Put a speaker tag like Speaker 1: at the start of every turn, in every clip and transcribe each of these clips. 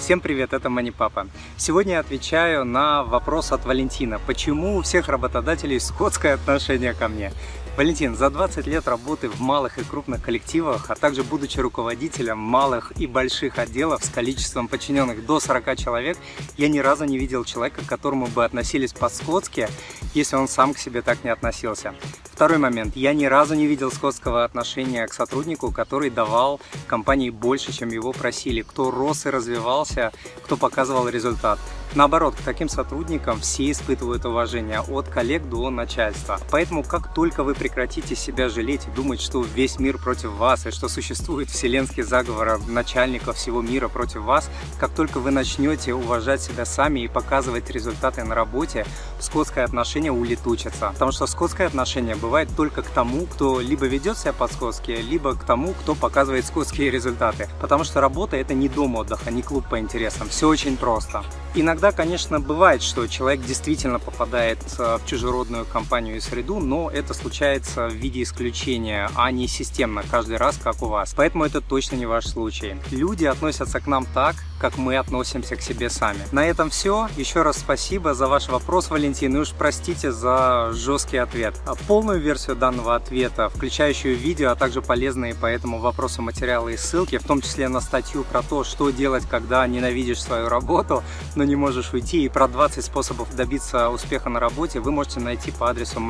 Speaker 1: Всем привет, это MoneyPapa. Сегодня я отвечаю на вопрос от Валентина. Почему у всех работодателей скотское отношение ко мне? Валентин, за 20 лет работы в малых и крупных коллективах, а также будучи руководителем малых и больших отделов с количеством подчиненных до 40 человек, я ни разу не видел человека, к которому бы относились по-скотски, если он сам к себе так не относился. Второй момент. Я ни разу не видел скотского отношения к сотруднику, который давал компании больше, чем его просили, кто рос и развивался, кто показывал результат. Наоборот, к таким сотрудникам все испытывают уважение от коллег до начальства. Поэтому, как только вы прекратите себя жалеть и думать, что весь мир против вас и что существует вселенский заговор начальников всего мира против вас, как только вы начнете уважать себя сами и показывать результаты на работе, скотское отношение улетучится. Потому что скотское отношение бывает только к тому, кто либо ведет себя по-скотски, либо к тому, кто показывает скотские результаты. Потому что работа — это не дом отдыха, не клуб по интересам. Все очень просто. Иногда, конечно, бывает, что человек действительно попадает в чужеродную компанию и среду, но это случается в виде исключения, а не системно, каждый раз, как у вас. Поэтому это точно не ваш случай. Люди относятся к нам так, как мы относимся к себе сами. На этом все. Еще раз спасибо за ваш вопрос, Валентин, и уж простите за жесткий ответ. Полную версию данного ответа, включающую видео, а также полезные по этому вопросу материалы и ссылки, в том числе на статью про то, что делать, когда ненавидишь свою работу, но не можешь уйти, и про 20 способов добиться успеха на работе, вы можете найти по адресу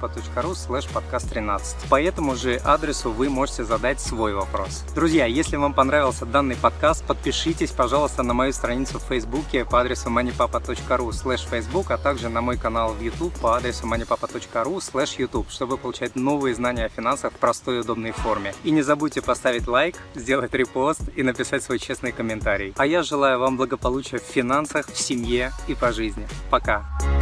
Speaker 1: moneypapa.ru/podcast13. По этому же адресу вы можете задать свой вопрос. Друзья, если вам понравился данный подкаст, подпишитесь, пожалуйста, на мою страницу в Фейсбуке по адресу moneypapa.ru/Facebook, а также на мой канал в YouTube по адресу moneypapa.ru/YouTube, чтобы получать новые знания о финансах в простой и удобной форме. И не забудьте поставить лайк, сделать репост и написать свой честный комментарий. А я желаю вам благополучия в финансах, в семье и по жизни. Пока!